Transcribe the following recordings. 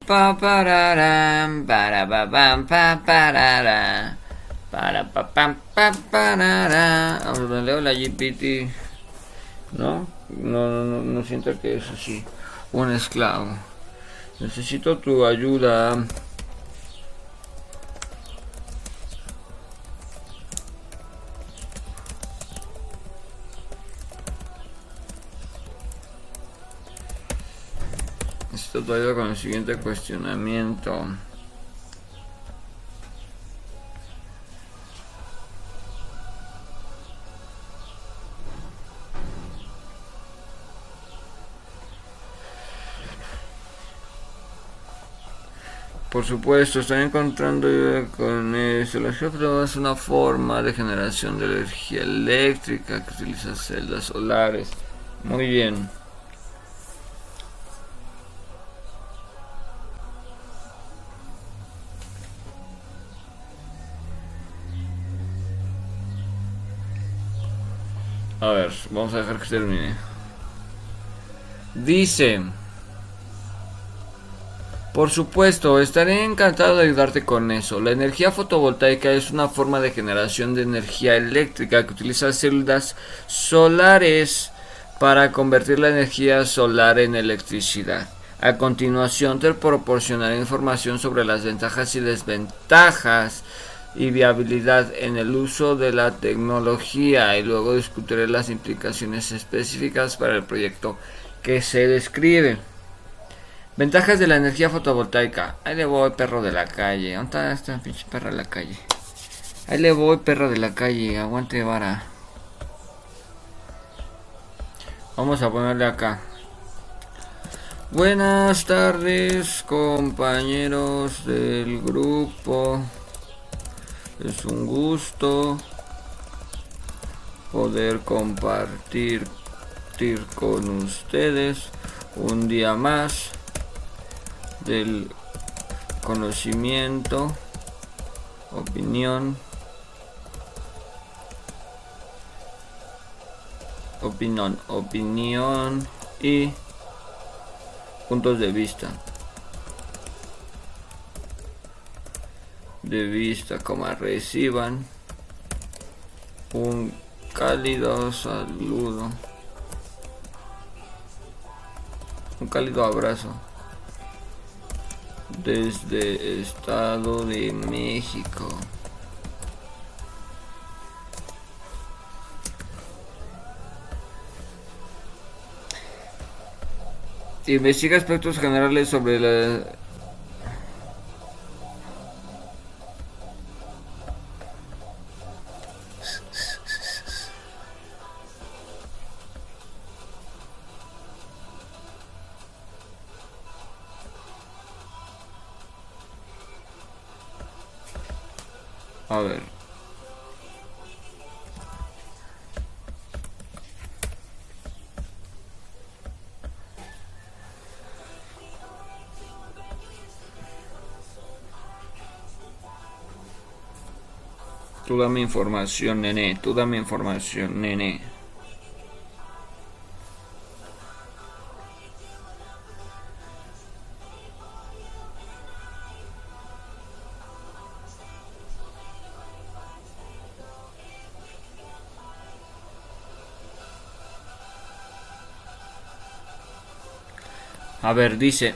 pa pararam, para pa pam pa parara, para pa pam pa parara. Vamos a leo la GPT. No siento que es así. Un esclavo. Necesito tu ayuda. Necesito tu ayuda con el siguiente cuestionamiento. Por supuesto, estoy encontrando con eso. La geotérmica es una forma de generación de energía eléctrica que utiliza celdas solares. Muy bien. A ver, vamos a dejar que termine. Dice: por supuesto, estaré encantado de ayudarte con eso. La energía fotovoltaica es una forma de generación de energía eléctrica que utiliza células solares para convertir la energía solar en electricidad. A continuación te proporcionaré información sobre las ventajas y desventajas y viabilidad en el uso de la tecnología, y luego discutiré las implicaciones específicas para el proyecto que se describe. Ventajas de la energía fotovoltaica. Ahí le voy, perro de la calle. ¿Dónde está esta pinche perra de la calle? Ahí le voy, perro de la calle. Aguante vara. Vamos a ponerle acá. Buenas tardes, compañeros del grupo. Es un gusto poder compartir con ustedes un día más del conocimiento, opinión y puntos de vista. Como reciban un cálido saludo, un cálido abrazo desde Estado de México. Investiga aspectos generales sobre la A ver. Tú dame información, nene. A ver, dice.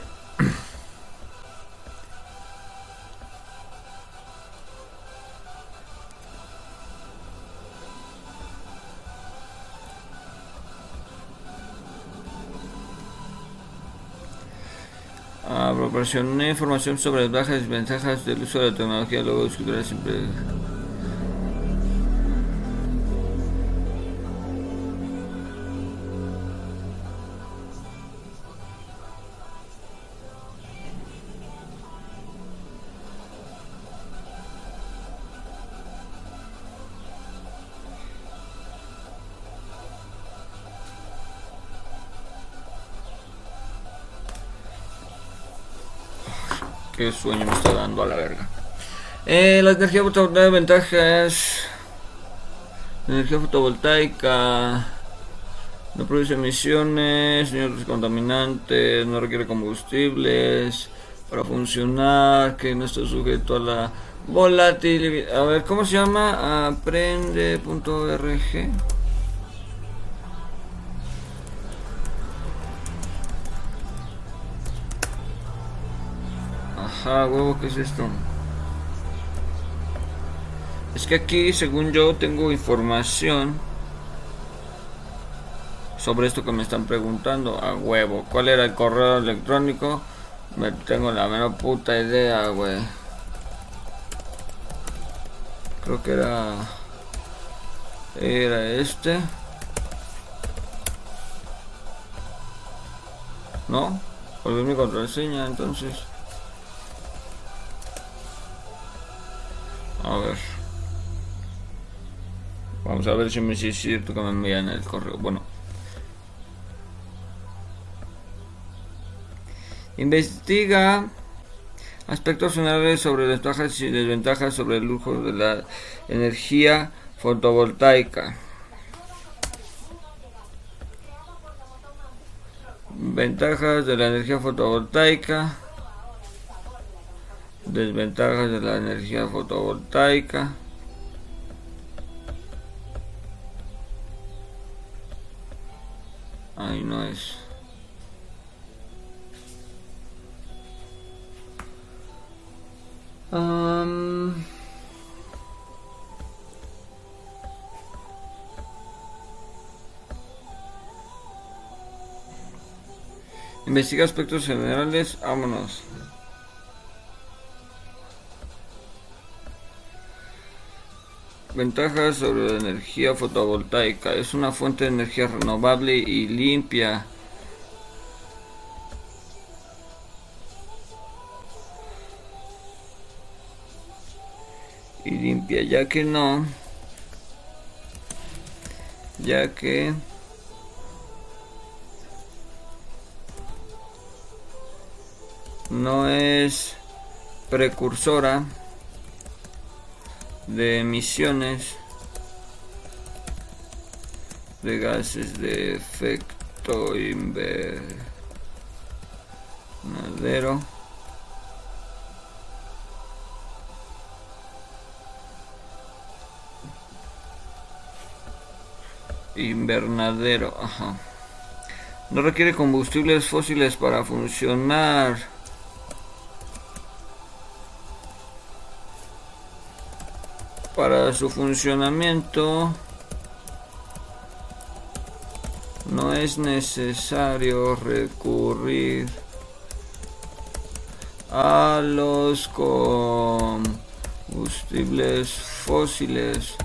Proporcioné información sobre las ventajas y desventajas del uso de la tecnología, luego discutiré siempre. Qué sueño me está dando a la verga. La energía fotovoltaica, ventajas. La energía fotovoltaica no produce emisiones ni otros contaminantes, no requiere combustibles para funcionar, que no está sujeto a la volatilidad. A ver, ¿cómo se llama? Aprende.org. Ajá, huevo, ¿qué es esto? Es que aquí, según yo, tengo información sobre esto que me están preguntando. A huevo, ¿cuál era el correo electrónico? Me tengo la menor puta idea, güey. Creo que era este. ¿No? Olvidé mi contraseña, entonces. A ver. Vamos a ver si me es cierto que me envían el correo. Bueno. Investiga aspectos generales sobre ventajas y desventajas sobre el uso de la energía fotovoltaica. Ventajas de la energía fotovoltaica. Desventajas de la energía fotovoltaica. Ahí no es. Investiga aspectos generales. Vámonos. Ventajas sobre la energía fotovoltaica. Es una fuente de energía renovable y limpia. Ya que no es precursora de emisiones de gases de efecto invernadero. Ajá. No requiere combustibles fósiles para funcionar. Para su funcionamiento no es necesario recurrir a los combustibles fósiles.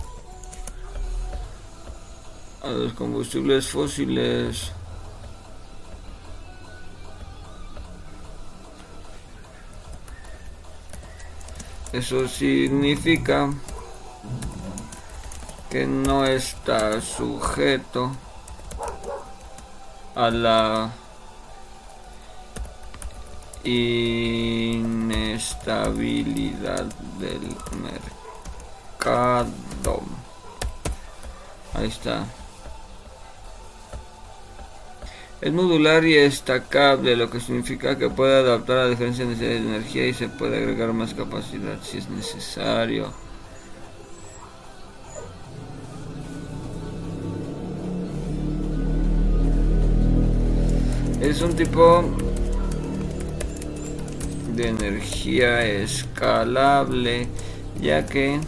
Eso significa que no está sujeto a la inestabilidad del mercado. Ahí está. Es modular y estacable, lo que significa que puede adaptar a diferentes necesidades de energía y se puede agregar más capacidad si es necesario. Es un tipo de energía escalable, ya que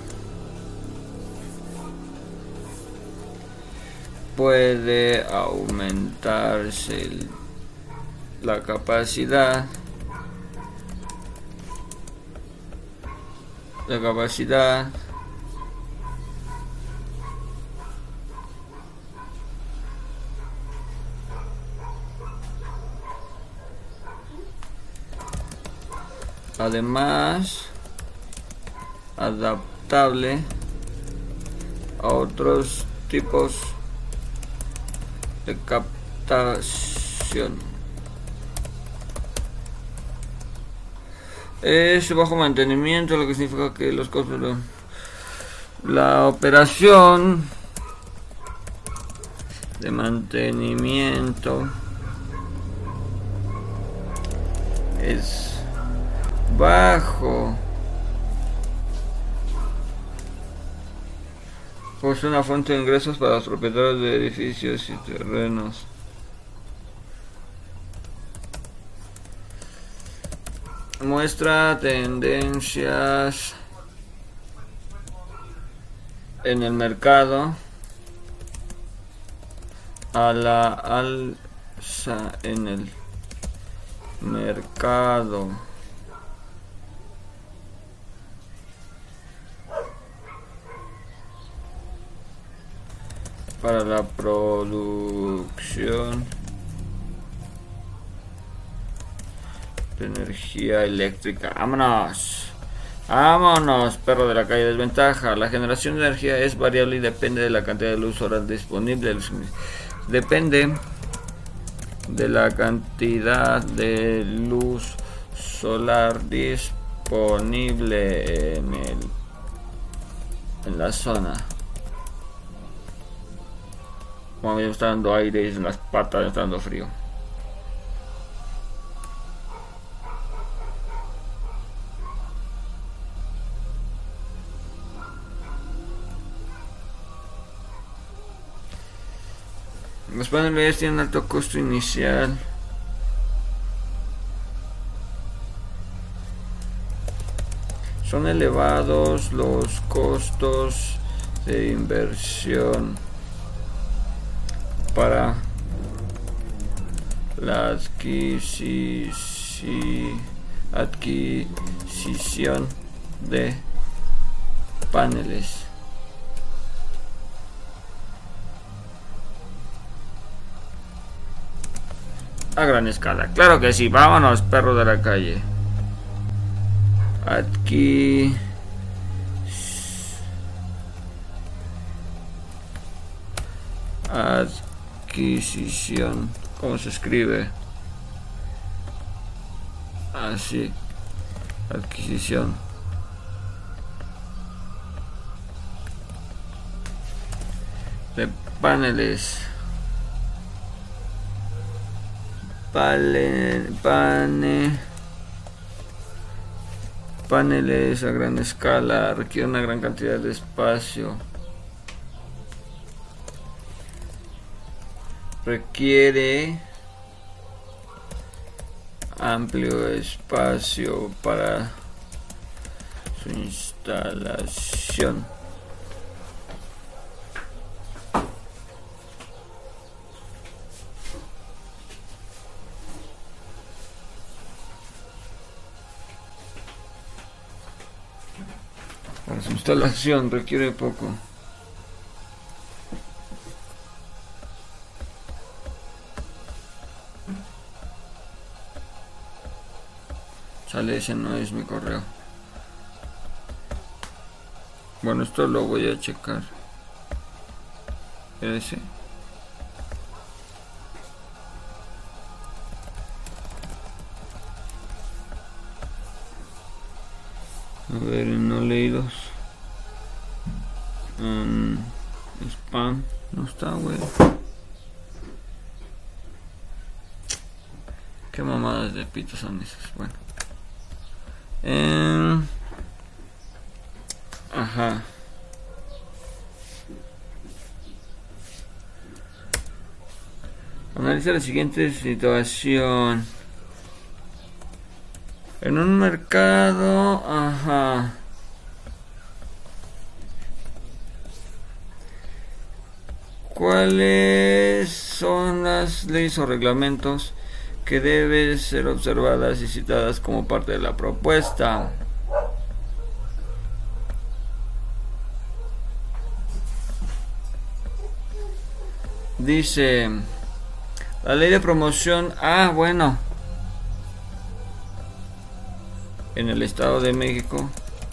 puede aumentarse la capacidad además adaptable a otros tipos de captación. Es bajo mantenimiento, lo que significa que los costos de la operación de mantenimiento es bajo. Pues una fuente de ingresos para los propietarios de edificios y terrenos. Muestra tendencias en el mercado a la alza en el mercado. Para la producción de energía eléctrica. ¡Vámonos! ¡Vámonos, perro de la calle! Desventaja. La generación de energía es variable y depende de la cantidad de luz solar disponible. Depende de la cantidad de luz solar disponible en la zona. Como me está dando aire en las patas, me está dando frío. Los paneles tienen alto costo inicial. Son elevados los costos de inversión para la adquisición de paneles. A gran escala, claro que sí. Vámonos, perro de la calle. Adquisición. ¿Cómo se escribe? Así. Adquisición. De paneles. Paneles a gran escala requiere una gran cantidad de espacio. Requiere amplio espacio para su instalación. Para su instalación requiere poco. Sale, ese no es mi correo. Bueno, esto lo voy a checar. Ese. A ver, no leídos. Spam. No está, güey. Qué mamadas de pito son esas. Bueno. Ajá. Analiza la siguiente situación. En un mercado, ajá. ¿Cuáles son las leyes o reglamentos que deben ser observadas y citadas como parte de la propuesta? Dice la ley de promoción. Bueno, en el Estado de México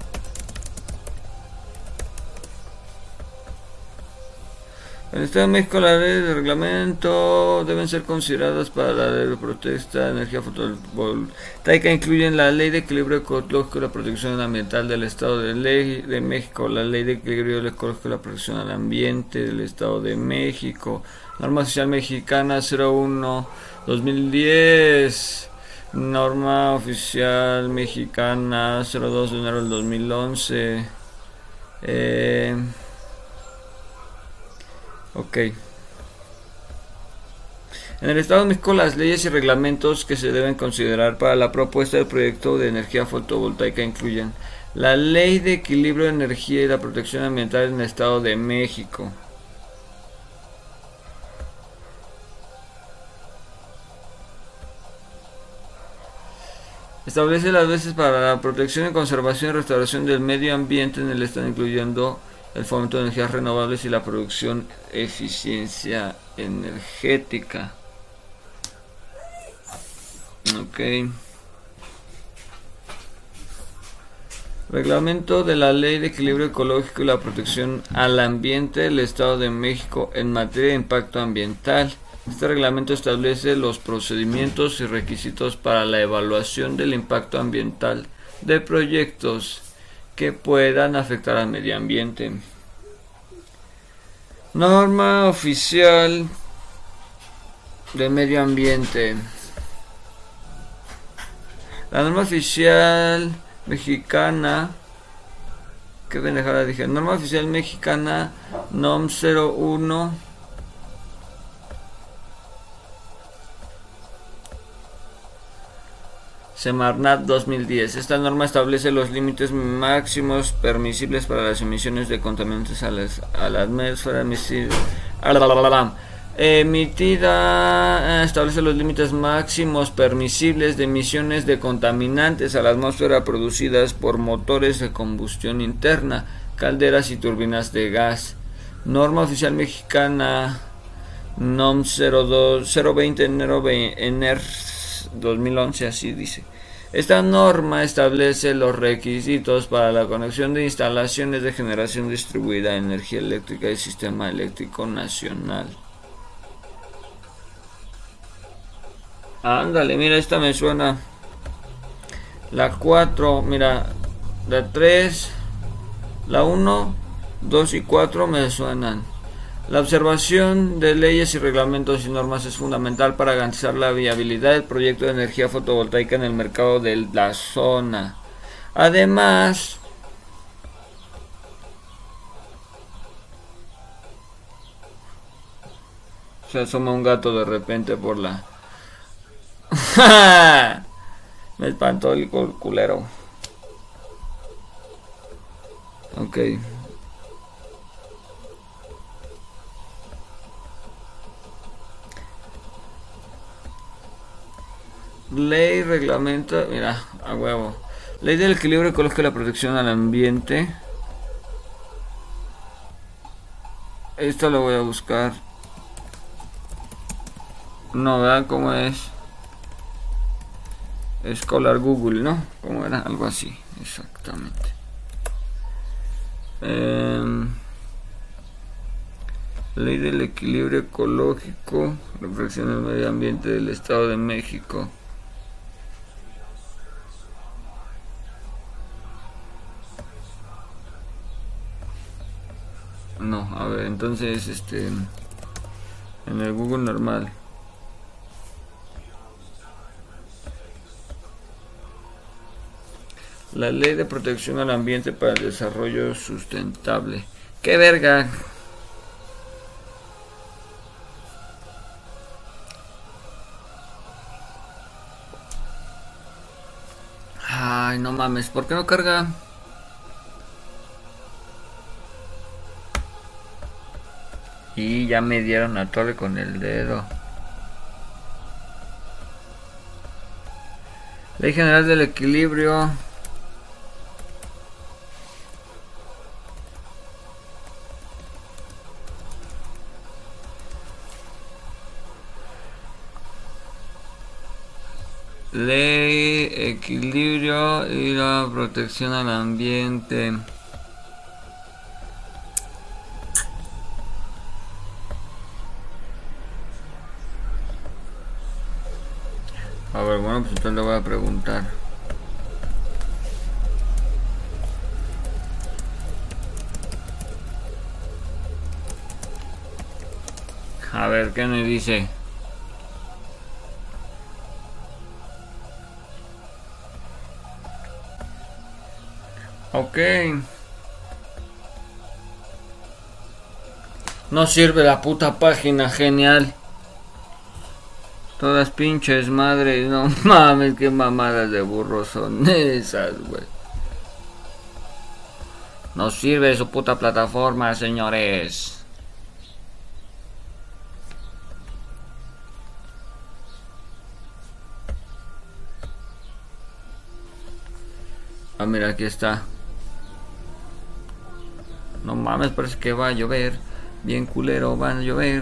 en el Estado de México las leyes de reglamento deben ser consideradas para la ley de protesta de energía fotovoltaica. Incluyen la ley de equilibrio ecológico y la protección ambiental del Estado de México, la ley de equilibrio ecológico y la protección al ambiente del Estado de México, norma social mexicana 01/2010, Norma oficial mexicana 02 de enero del 2011. Ok. En el Estado de México, las leyes y reglamentos que se deben considerar para la propuesta del proyecto de energía fotovoltaica incluyen la Ley de Equilibrio de Energía y la Protección Ambiental en el Estado de México. Establece las bases para la protección y conservación y restauración del medio ambiente en el Estado, incluyendo el fomento de energías renovables y la producción eficiencia energética. Ok. Reglamento de la Ley de Equilibrio Ecológico y la Protección al Ambiente del Estado de México en materia de impacto ambiental. Este reglamento establece los procedimientos y requisitos para la evaluación del impacto ambiental de proyectos que puedan afectar al medio ambiente. Norma oficial de medio ambiente. La norma oficial mexicana, qué pendejada dije, norma oficial mexicana NOM 01 Semarnat 2010. Esta norma establece los límites máximos permisibles para las emisiones de contaminantes a la atmósfera emitida, establece los límites máximos permisibles de emisiones de contaminantes a la atmósfera producidas por motores de combustión interna, calderas y turbinas de gas. Norma oficial mexicana NOM 020 enero 2011, así dice. Esta norma establece los requisitos para la conexión de instalaciones de generación distribuida de energía eléctrica del sistema eléctrico nacional. Ándale, mira, esta me suena. La 4, mira, la 3, la 1, 2 y 4 me suenan. La observación de leyes y reglamentos y normas es fundamental para garantizar la viabilidad del proyecto de energía fotovoltaica en el mercado de la zona. Además, se asoma un gato de repente por la... Me espantó el culero. Ok. Ley, reglamento, mira, a huevo. Ley del equilibrio ecológico y la protección al ambiente. Esto lo voy a buscar. No, ¿verdad? ¿Cómo es? Escolar Google, ¿no? ¿Cómo era? Algo así, exactamente. Ley del equilibrio ecológico, la protección del medio ambiente del Estado de México. No, a ver, entonces en el Google normal. La Ley de Protección al Ambiente para el Desarrollo Sustentable. ¡Qué verga! Ay, no mames, ¿por qué no carga? Y ya me dieron a tole con el dedo. Ley General del Equilibrio. Ley, equilibrio y la protección al ambiente. A ver, bueno, pues entonces le voy a preguntar. A ver, ¿qué me dice? Ok. No sirve la puta página, genial. Todas pinches madres, no mames, qué mamadas de burros son esas, güey. No sirve su puta plataforma, señores. Ah, mira, aquí está. No mames, parece que va a llover. Bien culero, va a llover.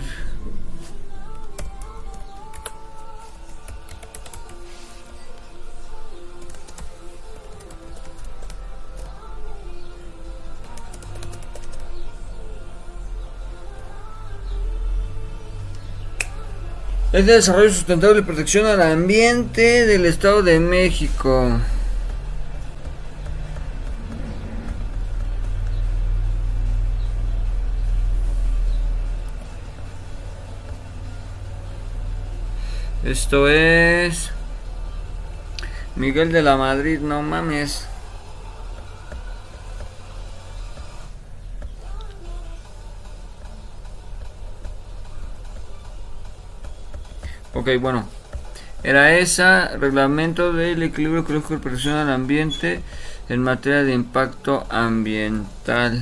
Es de desarrollo sustentable y protección al ambiente del Estado de México. Esto es Miguel de la Madrid, no mames. Ok, bueno. Era esa, reglamento del equilibrio ecológico y protección al ambiente en materia de impacto ambiental.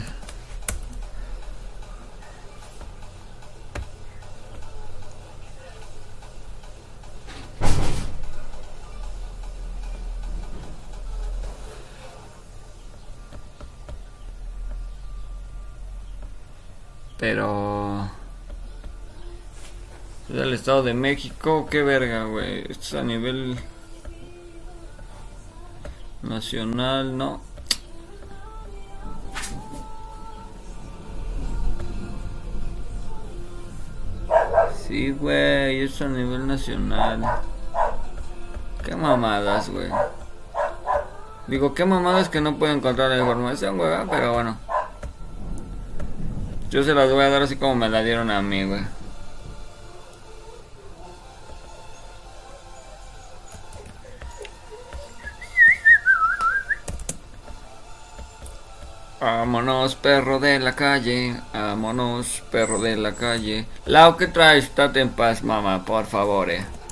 Pero del Estado de México, qué verga, güey. Esto es a nivel nacional, ¿no? Sí, güey, esto es a nivel nacional. Qué mamadas, güey. Digo, qué mamadas que no puedo encontrar la información, güey, pero bueno. Yo se las voy a dar así como me la dieron a mí, güey. Vámonos, perro de la calle. Vámonos, perro de la calle. Lau, ¿qué traes? Estate en paz, mamá, por favor,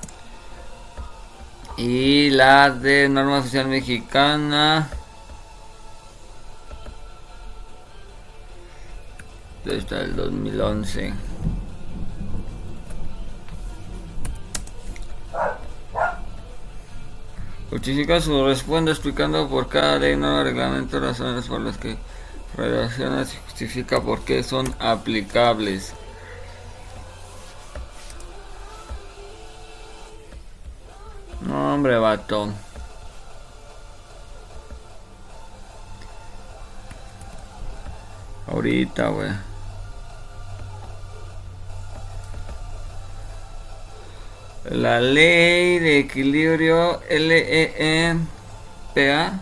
Y la de norma social mexicana. Desde el 2011. Justifica su respuesta explicando por cada ley, no reglamento, razones por las que relaciona y justifica por qué son aplicables. No, hombre, vato. Ahorita, güey. La ley de equilibrio LEPA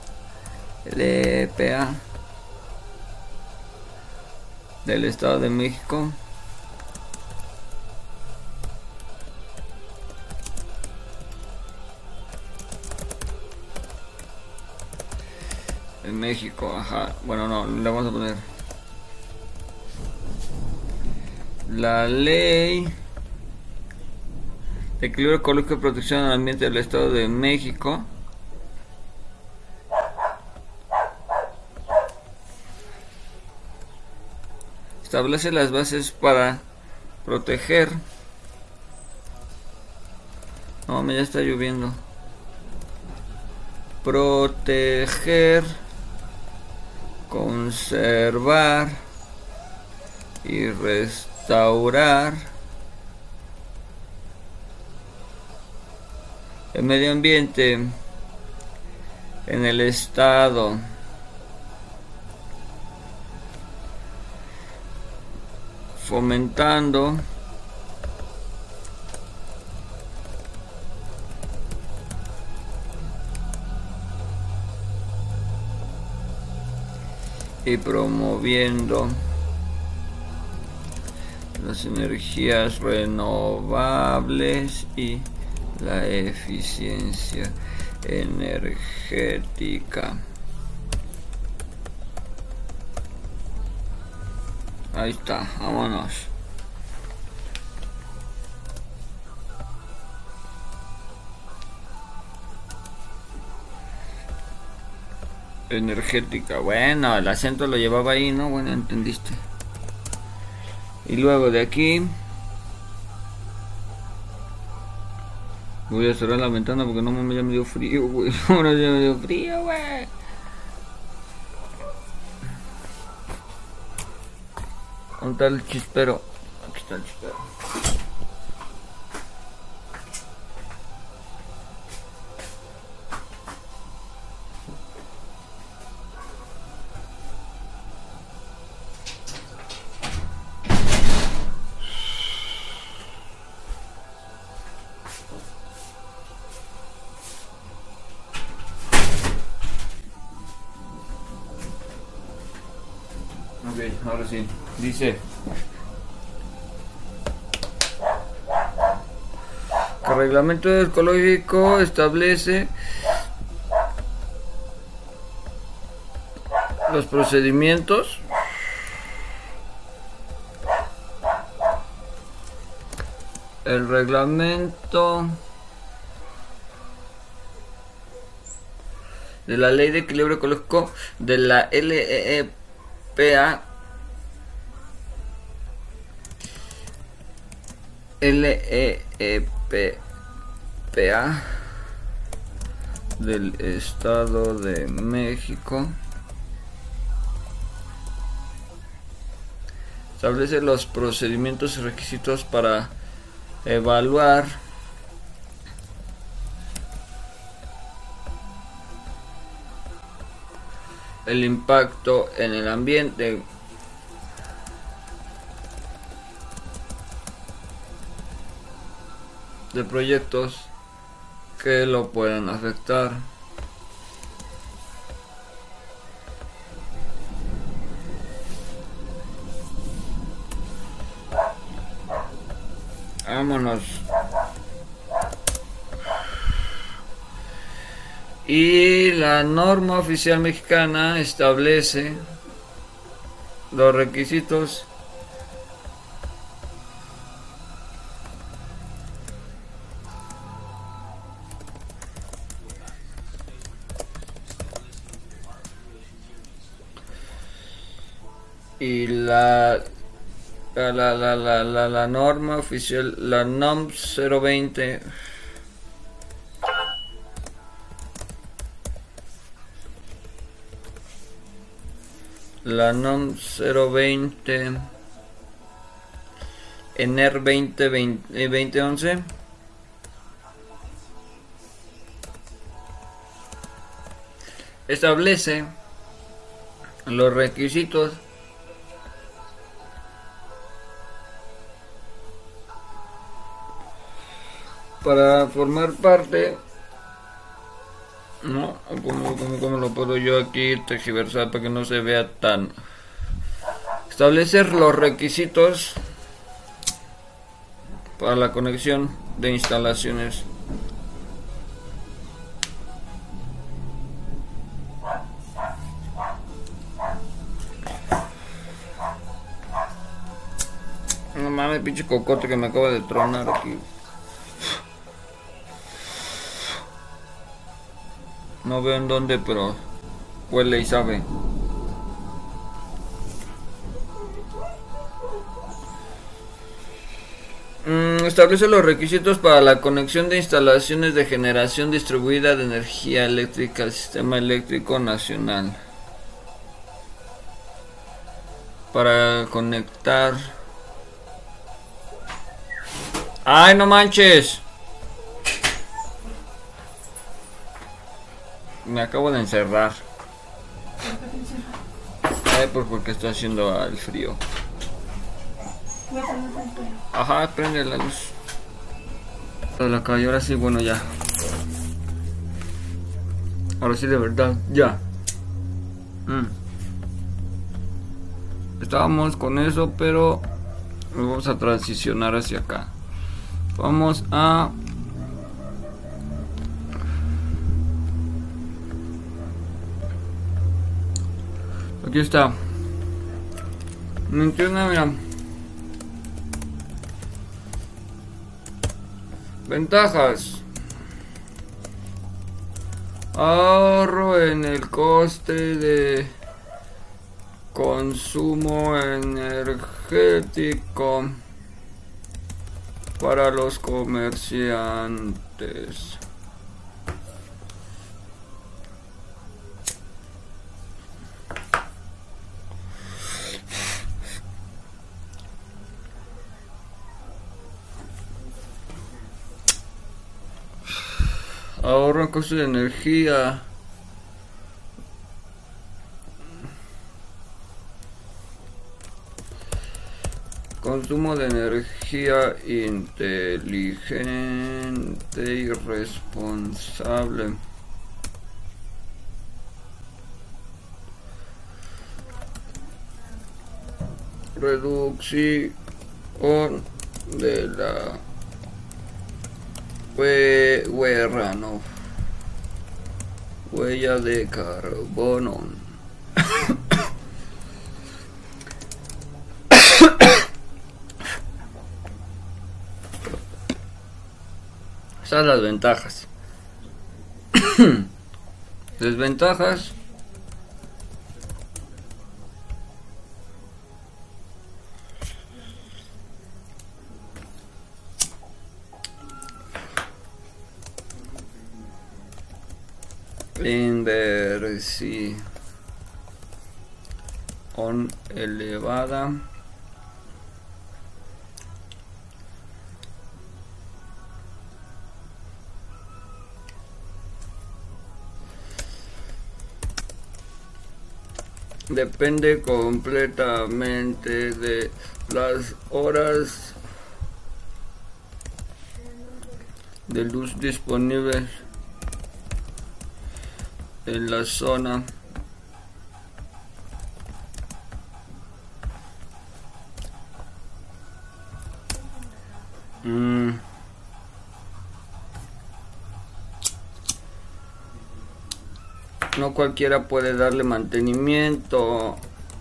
del Estado de México. En México, ajá. Bueno, no, le vamos a poner la ley de equilibrio ecológico y protección al ambiente del Estado de México. Establece las bases para proteger. No, me ya está lloviendo. Proteger, conservar y restaurar el medio ambiente en el estado, fomentando y promoviendo las energías renovables y la eficiencia energética. Ahí está, vámonos. Energética, bueno, el acento lo llevaba ahí, ¿no? Bueno, entendiste. Y luego de aquí voy a cerrar la ventana porque no me ya me dio frío, güey. Ahora ya me dio frío, güey. ¿Dónde está el chispero? Aquí está el chispero. Ok, ahora sí. Dice que el reglamento ecológico establece los procedimientos el reglamento de la Ley de Equilibrio Ecológico de la LEPA del Estado de México establece los procedimientos y requisitos para evaluar el impacto en el ambiente de proyectos que lo puedan afectar. Vámonos. Y la norma oficial mexicana establece los requisitos y la norma oficial, la NOM 020 la NOM 020 ENER 2011 establece los requisitos para formar parte, ¿no? ¿Cómo lo puedo yo aquí tergiversar para que no se vea tan? Establecer los requisitos para la conexión de instalaciones no mames, pinche cocote que me acaba de tronar aquí. No veo en dónde, pero huele y sabe. Establece los requisitos para la conexión de instalaciones de generación distribuida de energía eléctrica al sistema eléctrico nacional. Para conectar... ¡Ay, no manches! Me acabo de encerrar. Ay, porque está haciendo el frío. Ajá, prende la luz. La calle, ahora sí, bueno, ya. Ahora sí, de verdad, ya. Estábamos con eso, pero vamos a transicionar hacia acá. Vamos a... Aquí está. Menciona, mira. Ventajas. Ahorro en el coste de consumo energético para los comerciantes. Ahorro en costos de energía. Consumo de energía inteligente y responsable. Reducción de la huella de carbono. Esas las ventajas. Desventajas. Inversión elevada. Depende completamente de las horas de luz disponibles en la zona. No cualquiera puede darle mantenimiento.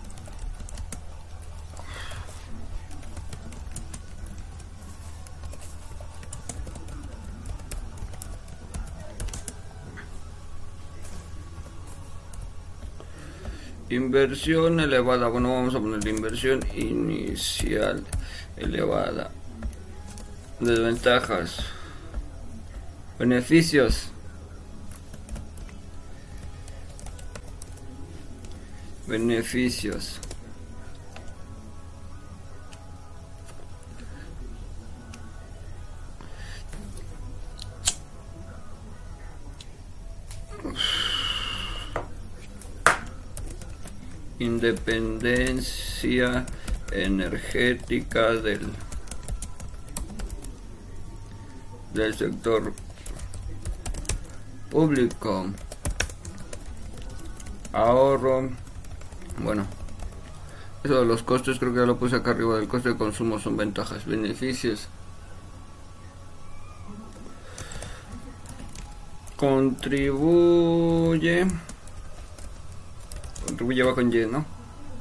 Inversión elevada. Bueno, vamos a poner inversión inicial elevada. Desventajas. Beneficios. Beneficios. Independencia energética del sector público. Ahorro. Bueno, eso de los costes creo que ya lo puse acá arriba. Del coste de consumo son ventajas. Beneficios. Contribuye va con Y, ¿no?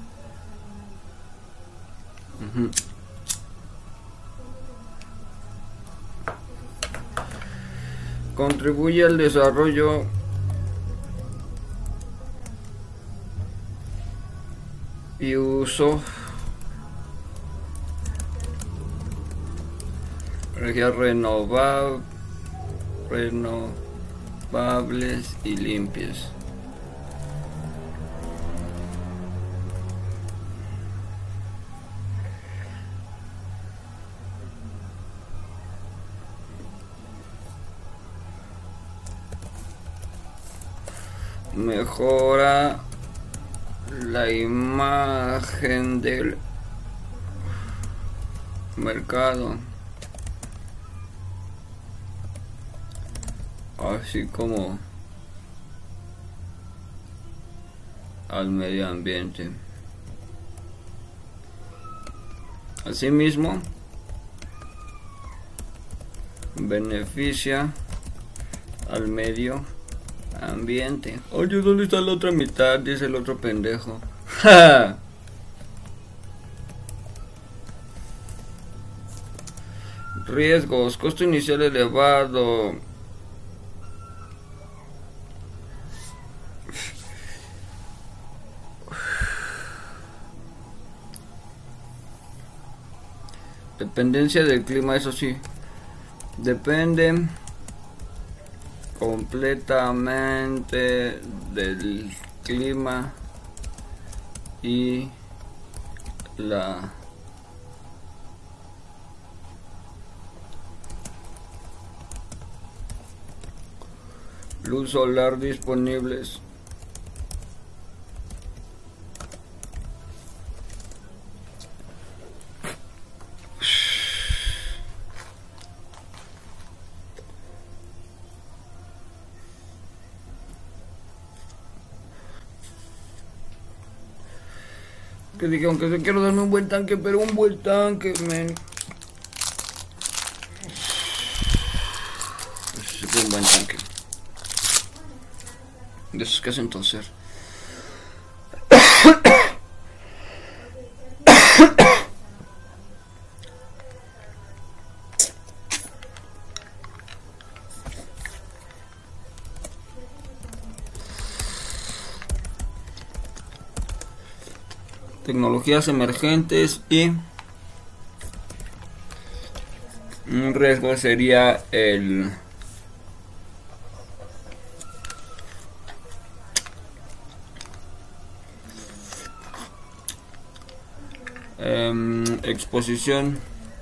Contribuye al desarrollo y uso de energías renovables y limpias. Mejora la imagen del mercado, así como al medio ambiente. Asimismo, beneficia al medio ambiente. Oye, ¿dónde está la otra mitad? Dice el otro pendejo. Riesgos, costo inicial elevado. Dependencia del clima, eso sí. Depende completamente del clima y la luz solar disponibles. Que dije, aunque se quiero darme un buen tanque, pero un buen tanque, men. Ese fue un buen tanque. De esos que hacen toser. Tecnologías emergentes y un riesgo sería el exposición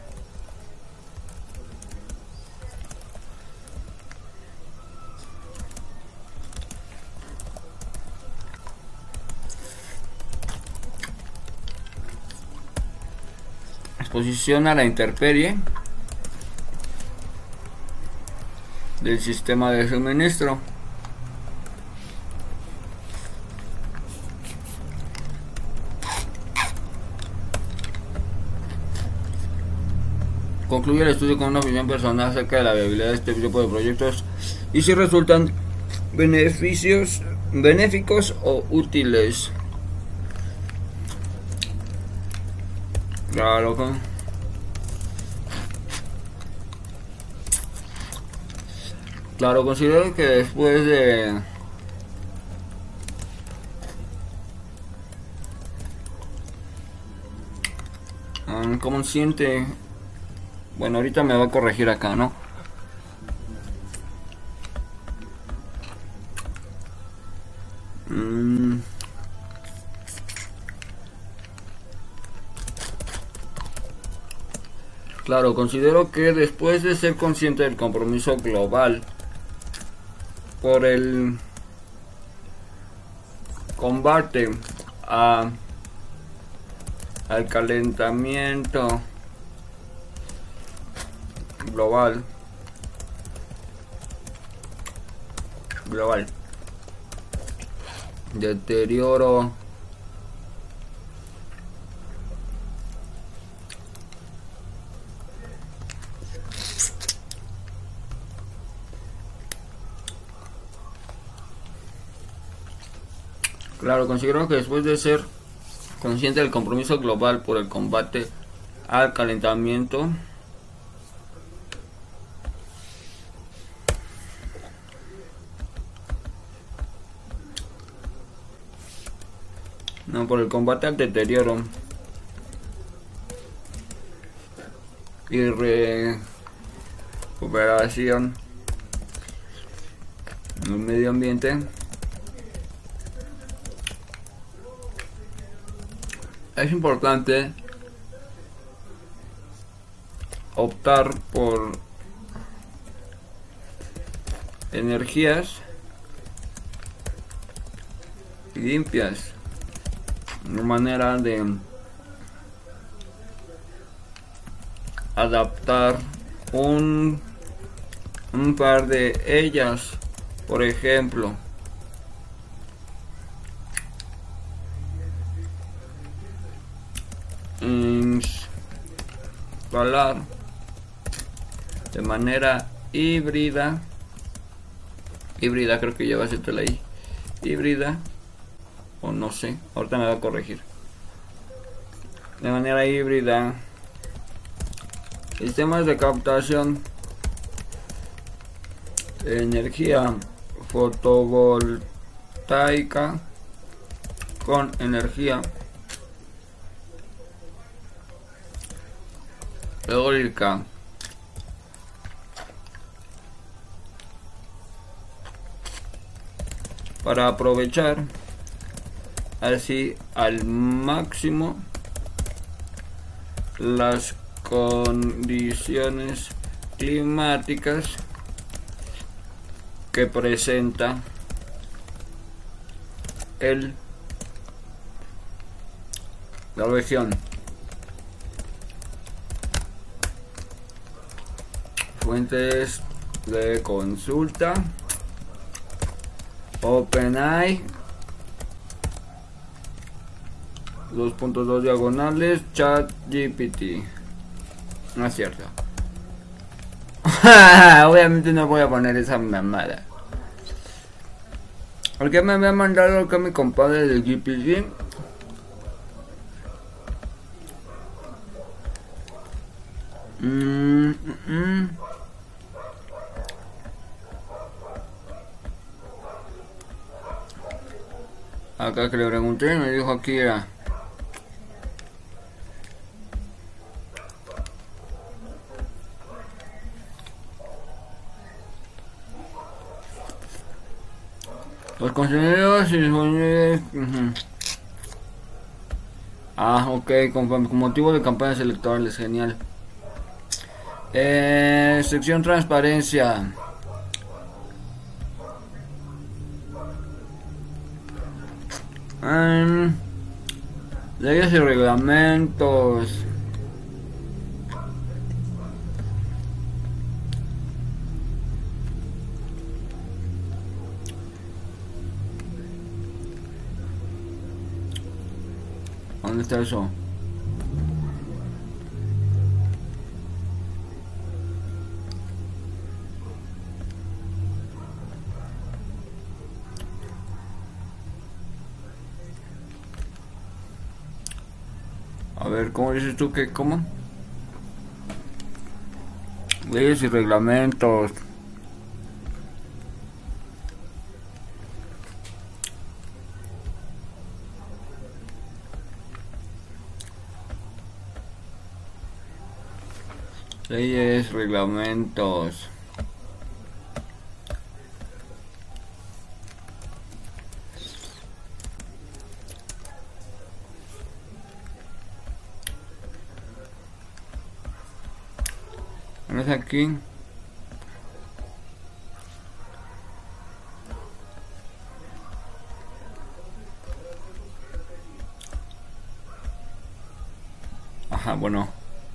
a la intemperie del sistema de suministro. Concluye el estudio con una opinión personal acerca de la viabilidad de este tipo de proyectos y si resultan benéficos o útiles. Claro, considero que después de ¿cómo se siente? Bueno, ahorita me va a corregir acá, ¿no? Claro, considero que después de ser consciente del compromiso global por el combate al calentamiento global, deterioro Claro, considero que después de ser consciente del compromiso global por el combate al calentamiento, por el combate al deterioro y recuperación del medio ambiente, es importante optar por energías limpias, una manera de adaptar un par de ellas, por ejemplo, instalar de manera híbrida, creo que lleva ese tela ahí, híbrida, o no sé, ahorita me va a corregir, de manera híbrida Sistemas de captación de energía fotovoltaica con energía eólica. Para aprovechar así al máximo las condiciones climáticas que presenta la región. Fuentes de consulta: OpenAI, 2.2 diagonales, ChatGPT. No es cierto. Obviamente no voy a poner esa mamada. Porque me había mandado acá mi compadre del GPT. Acá que le pregunté me dijo aquí era. Los contenidos disponibles. Ah, ok, con motivo de campañas electorales, genial. Sección transparencia. Leyes y reglamentos. ¿Dónde está eso? A ver, ¿cómo dices tú que cómo? Leyes y reglamentos. Leyes, reglamentos. ¿No es aquí? Ajá, bueno.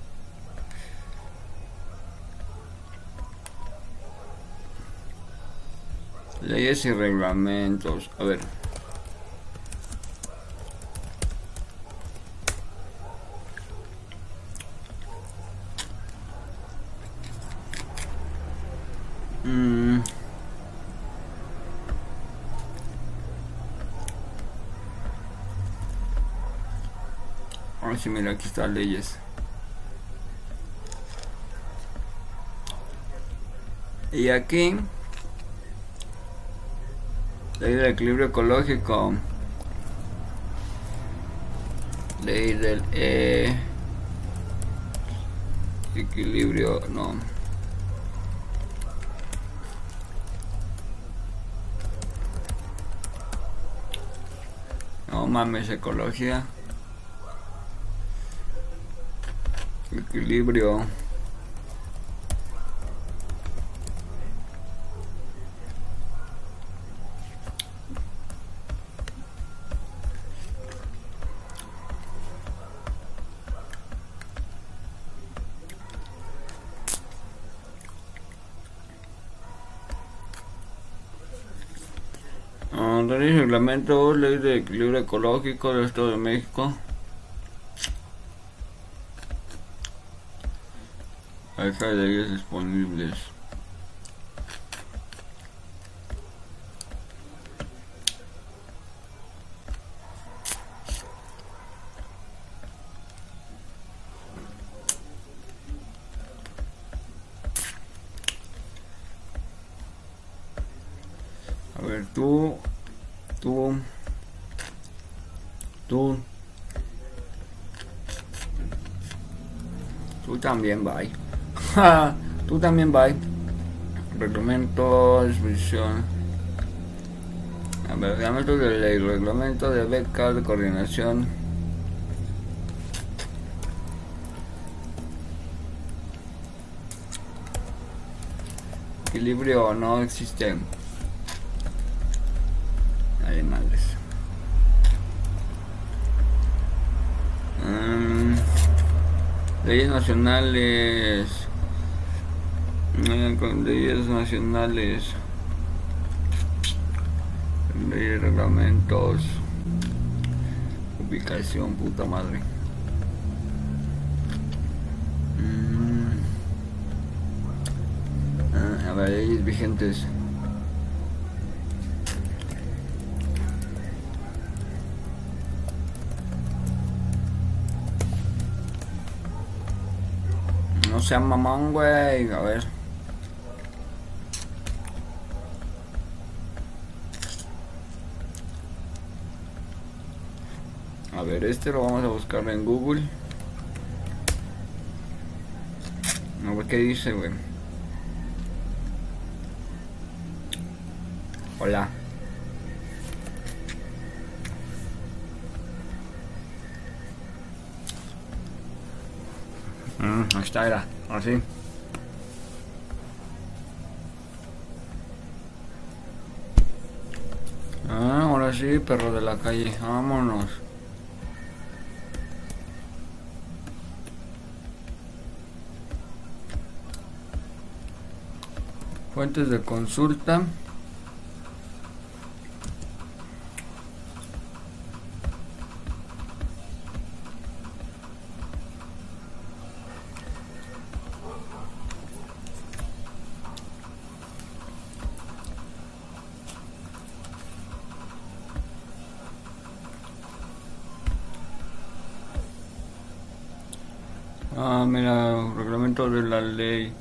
Leyes y reglamentos. A ver. Ahora sí, mira, aquí está leyes. Y aquí, ley del equilibrio ecológico. Ley del equilibrio, no. No mames, ecología. Equilibrio. Ley y reglamento, ley de equilibrio ecológico del Estado de México. Hay leyes disponibles. Tú, tú, tú, tú también, bye. Tú también, bye. Reglamento, disposición. A ver, reglamento de ley, reglamento de becas de coordinación. Equilibrio no existe. Madres. Leyes nacionales. Leyes nacionales. Leyes, reglamentos. Ubicación, puta madre. A ver, leyes vigentes. No sea mamón, güey. A ver. A ver, este lo vamos a buscar en Google. A ver qué dice, güey. Hola. Ahí está, era. Así. Ahora sí, perro de la calle. Vámonos. Fuentes de consulta. Mira, reglamento de la ley.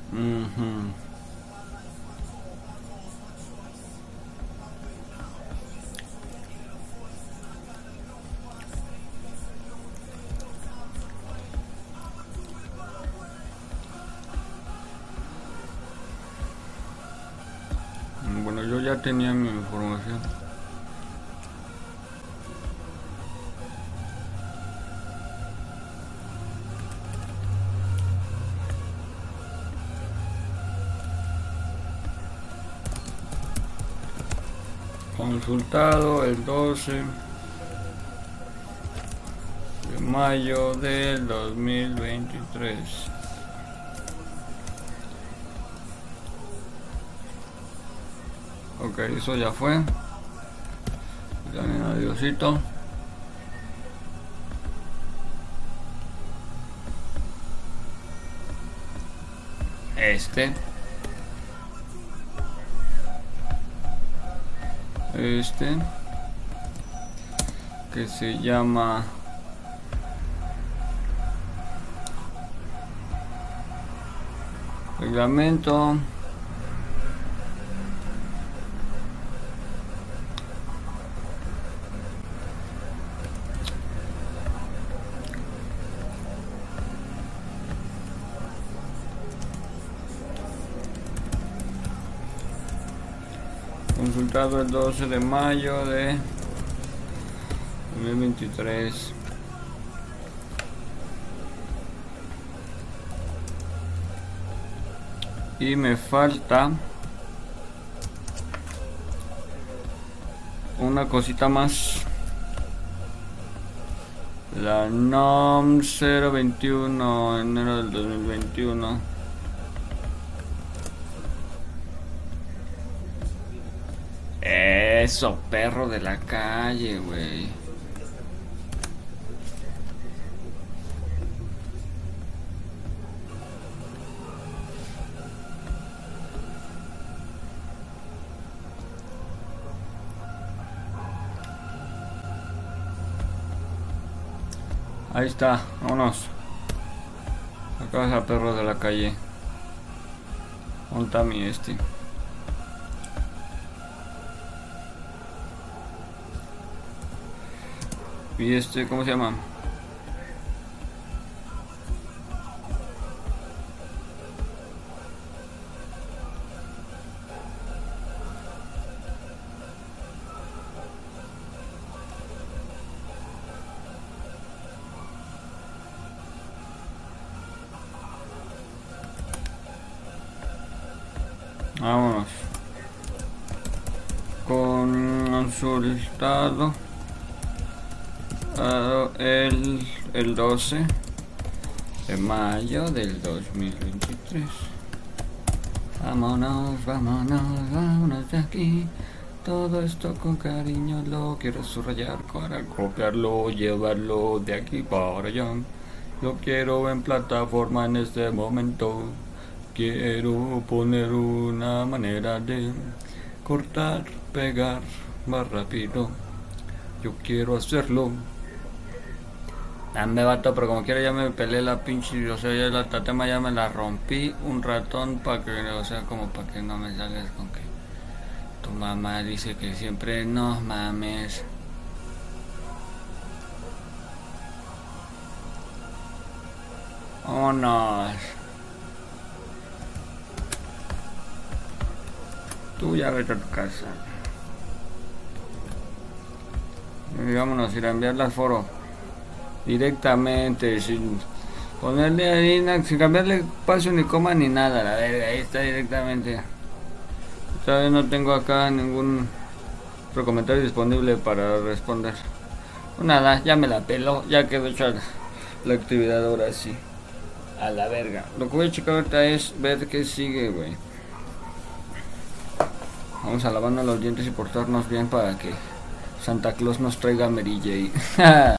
Bueno, yo ya tenía mi información. Consultado el 12 de mayo del 2023. Ok, eso ya fue. También adiosito. Este que se llama reglamento consultado el 12 de mayo de 2023. Y me falta una cosita más. La NOM 021, enero del 2021. Eso, perro de la calle, güey. Ahí está, vámonos. Acá es el perro de la calle. ¿Dónde está mi Y ¿cómo se llama? Vámonos. Consultado el 12 de mayo del 2023. Vámonos, vámonos, vámonos de aquí. Todo esto con cariño lo quiero subrayar para copiarlo, llevarlo de aquí para allá. Lo quiero en plataforma en este momento. Quiero poner una manera de cortar, pegar más rápido. Yo quiero hacerlo. Dame vato, pero como quiera ya me peleé la pinche, o sea, ya la tatema ya me la rompí un ratón para que, o sea, como para que no me salgas con que tu mamá dice que siempre no mames. Vámonos. Tú ya vete a tu casa. Y vámonos, ir a enviarle al foro. Directamente, sin ponerle harina, sin cambiarle paso ni coma ni nada, la verga, ahí está directamente. Todavía no tengo acá ningún otro comentario disponible para responder. Pues nada, ya me la peló, ya quedó hecha la actividad ahora sí. A la verga. Lo que voy a checar ahorita es ver qué sigue, güey. Vamos a lavarnos los dientes y portarnos bien para que Santa Claus nos traiga Mary J.